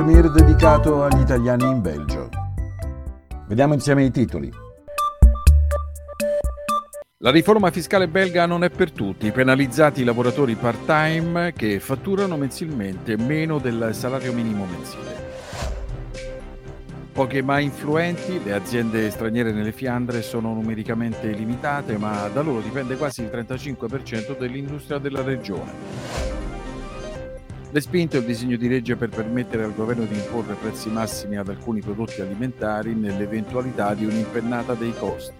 souvenir dedicato agli italiani in Belgio. Vediamo insieme i titoli. La riforma fiscale belga non è per tutti, penalizzati i lavoratori part-time che fatturano mensilmente meno del salario minimo mensile. Poche ma influenti, le aziende straniere nelle Fiandre sono numericamente limitate, ma da loro dipende quasi il 35% dell'industria della regione. Respinto il disegno di legge per permettere al governo di imporre prezzi massimi ad alcuni prodotti alimentari nell'eventualità di un'impennata dei costi.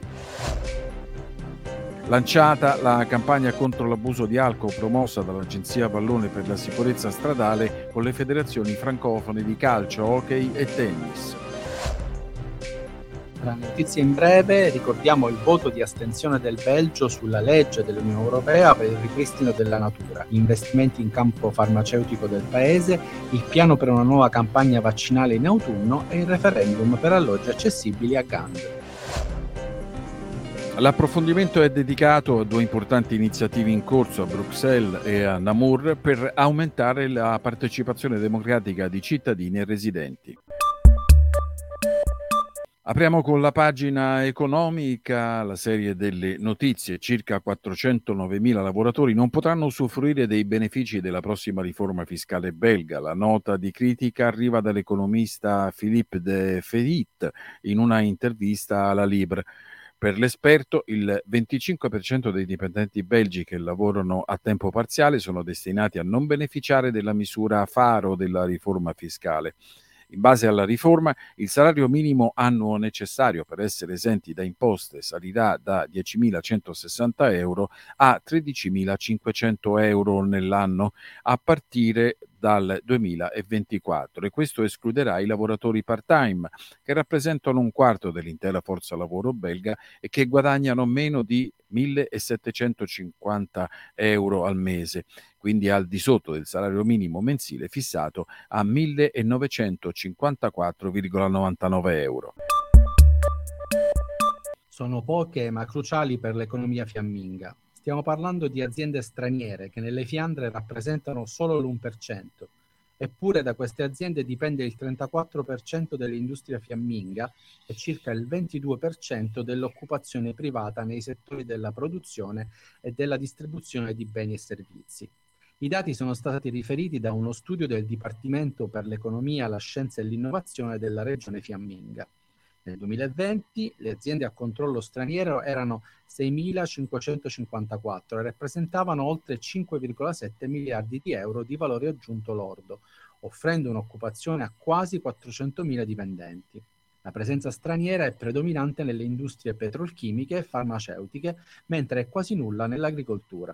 Lanciata la campagna contro l'abuso di alcol promossa dall'Agenzia Vallone per la sicurezza stradale con le federazioni francofone di calcio, hockey e tennis. Tra notizie in breve ricordiamo il voto di astensione del Belgio sulla legge dell'Unione Europea per il ripristino della natura, gli investimenti in campo farmaceutico del paese, il piano per una nuova campagna vaccinale in autunno e il referendum per alloggi accessibili a Gand. L'approfondimento è dedicato a due importanti iniziative in corso a Bruxelles e a Namur per aumentare la partecipazione democratica di cittadini e residenti. Apriamo con la pagina economica, la serie delle notizie. Circa 409.000 lavoratori non potranno usufruire dei benefici della prossima riforma fiscale belga. La nota di critica arriva dall'economista Philippe de Ferrit in una intervista alla Libre. Per l'esperto, il 25% dei dipendenti belgi che lavorano a tempo parziale sono destinati a non beneficiare della misura faro della riforma fiscale. In base alla riforma, il salario minimo annuo necessario per essere esenti da imposte salirà da 10.160 euro a 13.500 euro nell'anno a partire dal 2024 e questo escluderà i lavoratori part-time che rappresentano un quarto dell'intera forza lavoro belga e che guadagnano meno di 1.750 euro al mese, quindi al di sotto del salario minimo mensile fissato a 1.954,99 euro. Sono poche ma cruciali per l'economia fiamminga. Stiamo parlando di aziende straniere che nelle Fiandre rappresentano solo l'1%, eppure da queste aziende dipende il 34% dell'industria fiamminga e circa il 22% dell'occupazione privata nei settori della produzione e della distribuzione di beni e servizi. I dati sono stati riferiti da uno studio del Dipartimento per l'Economia, la Scienza e l'Innovazione della Regione Fiamminga. Nel 2020 le aziende a controllo straniero erano 6.554 e rappresentavano oltre 5,7 miliardi di euro di valore aggiunto lordo, offrendo un'occupazione a quasi 400.000 dipendenti. La presenza straniera è predominante nelle industrie petrolchimiche e farmaceutiche, mentre è quasi nulla nell'agricoltura.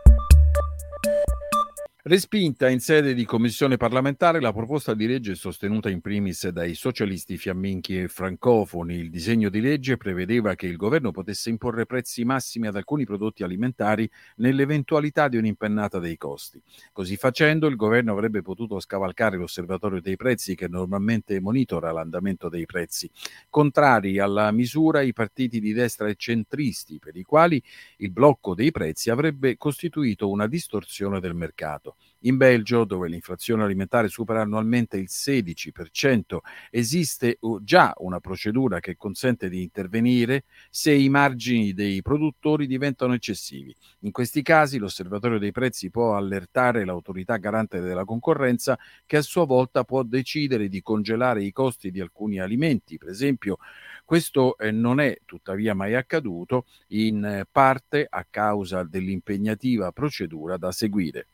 Respinta in sede di commissione parlamentare la proposta di legge sostenuta in primis dai socialisti fiamminchi e francofoni. Il disegno di legge prevedeva che il governo potesse imporre prezzi massimi ad alcuni prodotti alimentari nell'eventualità di un'impennata dei costi. Così facendo, il governo avrebbe potuto scavalcare l'osservatorio dei prezzi che normalmente monitora l'andamento dei prezzi. Contrari alla misura i partiti di destra e centristi, per i quali il blocco dei prezzi avrebbe costituito una distorsione del mercato. In Belgio, dove l'inflazione alimentare supera annualmente il 16%, esiste già una procedura che consente di intervenire se i margini dei produttori diventano eccessivi. In questi casi l'osservatorio dei prezzi può allertare l'autorità garante della concorrenza che a sua volta può decidere di congelare i costi di alcuni alimenti. Per esempio, questo non è tuttavia mai accaduto, in parte a causa dell'impegnativa procedura da seguire.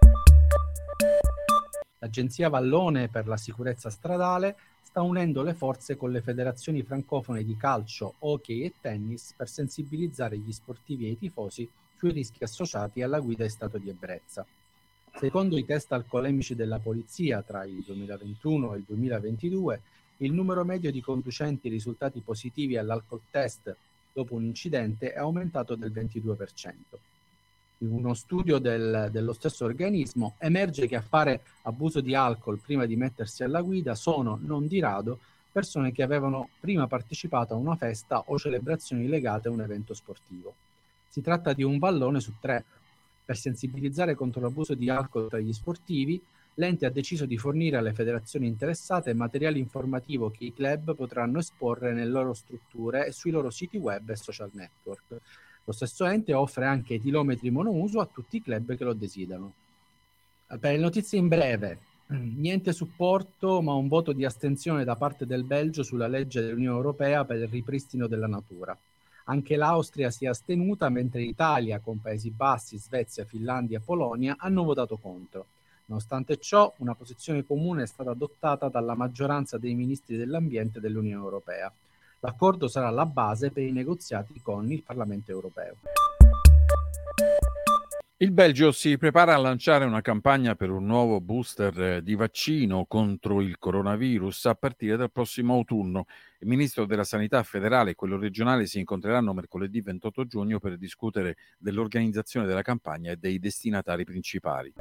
L'Agenzia Vallone per la sicurezza stradale sta unendo le forze con le federazioni francofone di calcio, hockey e tennis per sensibilizzare gli sportivi e i tifosi sui rischi associati alla guida in stato di ebbrezza. Secondo i test alcolemici della polizia tra il 2021 e il 2022, il numero medio di conducenti risultati positivi all'alcol test dopo un incidente è aumentato del 22%. In uno studio dello stesso organismo emerge che a fare abuso di alcol prima di mettersi alla guida sono, non di rado, persone che avevano prima partecipato a una festa o celebrazioni legate a un evento sportivo. Si tratta di un vallone su 3. Per sensibilizzare contro l'abuso di alcol tra gli sportivi, l'ente ha deciso di fornire alle federazioni interessate materiale informativo che i club potranno esporre nelle loro strutture e sui loro siti web e social network. Lo stesso ente offre anche etilometri monouso a tutti i club che lo desiderano. Per le notizie in breve, niente supporto ma un voto di astensione da parte del Belgio sulla legge dell'Unione Europea per il ripristino della natura. Anche l'Austria si è astenuta, mentre Italia, con Paesi Bassi, Svezia, Finlandia e Polonia, hanno votato contro. Nonostante ciò, una posizione comune è stata adottata dalla maggioranza dei ministri dell'ambiente dell'Unione Europea. L'accordo sarà la base per i negoziati con il Parlamento europeo. Il Belgio si prepara a lanciare una campagna per un nuovo booster di vaccino contro il coronavirus a partire dal prossimo autunno. Il ministro della Sanità federale e quello regionale si incontreranno mercoledì 28 giugno per discutere dell'organizzazione della campagna e dei destinatari principali.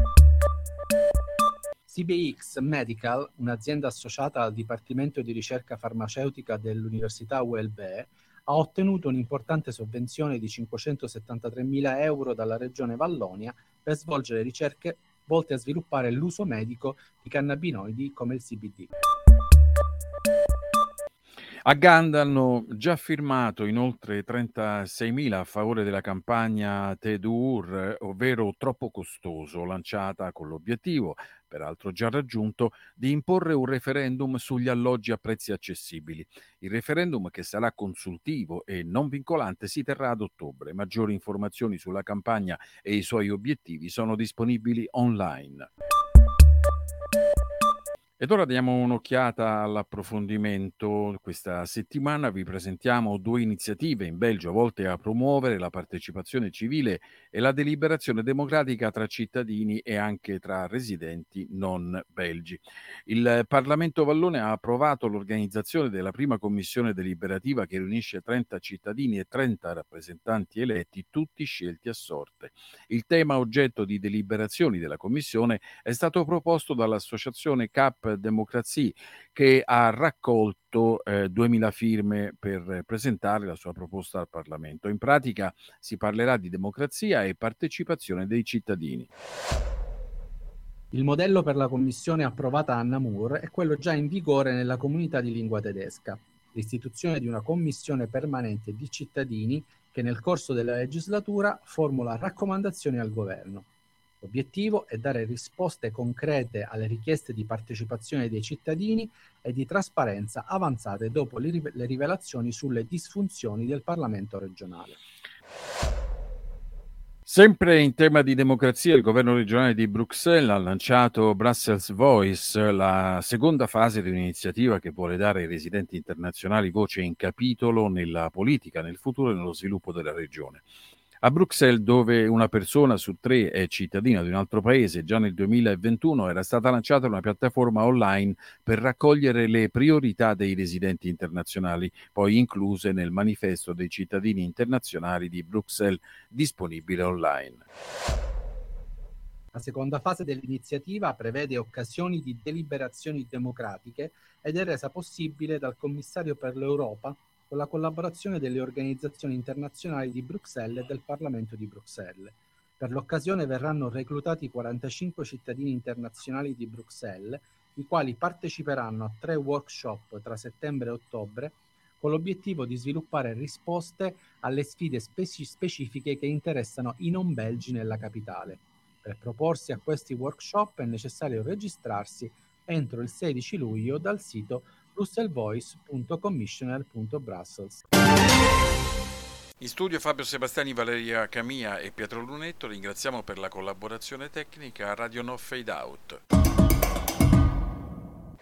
CBX Medical, un'azienda associata al Dipartimento di Ricerca Farmaceutica dell'Università ULB, ha ottenuto un'importante sovvenzione di 573.000 euro dalla Regione Vallonia per svolgere ricerche volte a sviluppare l'uso medico di cannabinoidi come il CBD. A Ganda hanno già firmato in oltre 36.000 a favore della campagna TEDUR, ovvero troppo costoso, lanciata con l'obiettivo, peraltro già raggiunto, di imporre un referendum sugli alloggi a prezzi accessibili. Il referendum, che sarà consultivo e non vincolante, si terrà ad ottobre. Maggiori informazioni sulla campagna e i suoi obiettivi sono disponibili online. Ed ora diamo un'occhiata all'approfondimento. Questa settimana vi presentiamo 2 iniziative in Belgio volte a promuovere la partecipazione civile e la deliberazione democratica tra cittadini e anche tra residenti non belgi. Il Parlamento Vallone ha approvato l'organizzazione della prima commissione deliberativa che riunisce 30 cittadini e 30 rappresentanti eletti, tutti scelti a sorte. Il tema oggetto di deliberazioni della commissione è stato proposto dall'associazione CAP Democrazie, che ha raccolto 2.000 firme per presentare la sua proposta al Parlamento. In pratica si parlerà di democrazia e partecipazione dei cittadini. Il modello per la commissione approvata a Namur è quello già in vigore nella comunità di lingua tedesca: l'istituzione di una commissione permanente di cittadini che nel corso della legislatura formula raccomandazioni al governo. L'obiettivo è dare risposte concrete alle richieste di partecipazione dei cittadini e di trasparenza avanzate dopo le rivelazioni sulle disfunzioni del Parlamento regionale. Sempre in tema di democrazia, il governo regionale di Bruxelles ha lanciato Brussels Voice, la seconda fase di un'iniziativa che vuole dare ai residenti internazionali voce in capitolo nella politica, nel futuro e nello sviluppo della regione. A Bruxelles, dove una persona su 3 è cittadina di un altro paese, già nel 2021 era stata lanciata una piattaforma online per raccogliere le priorità dei residenti internazionali, poi incluse nel manifesto dei cittadini internazionali di Bruxelles, disponibile online. La seconda fase dell'iniziativa prevede occasioni di deliberazioni democratiche ed è resa possibile dal Commissario per l'Europa con la collaborazione delle organizzazioni internazionali di Bruxelles e del Parlamento di Bruxelles. Per l'occasione verranno reclutati 45 cittadini internazionali di Bruxelles, i quali parteciperanno a 3 workshop tra settembre e ottobre, con l'obiettivo di sviluppare risposte alle sfide specifiche che interessano i non belgi nella capitale. Per proporsi a questi workshop è necessario registrarsi entro il 16 luglio dal sito bruxelvoice.commissioner.brussels. In studio Fabio Sebastiani, Valeria Camia e Pietro Lunetto. Ringraziamo per la collaborazione tecnica Radio No Fade Out.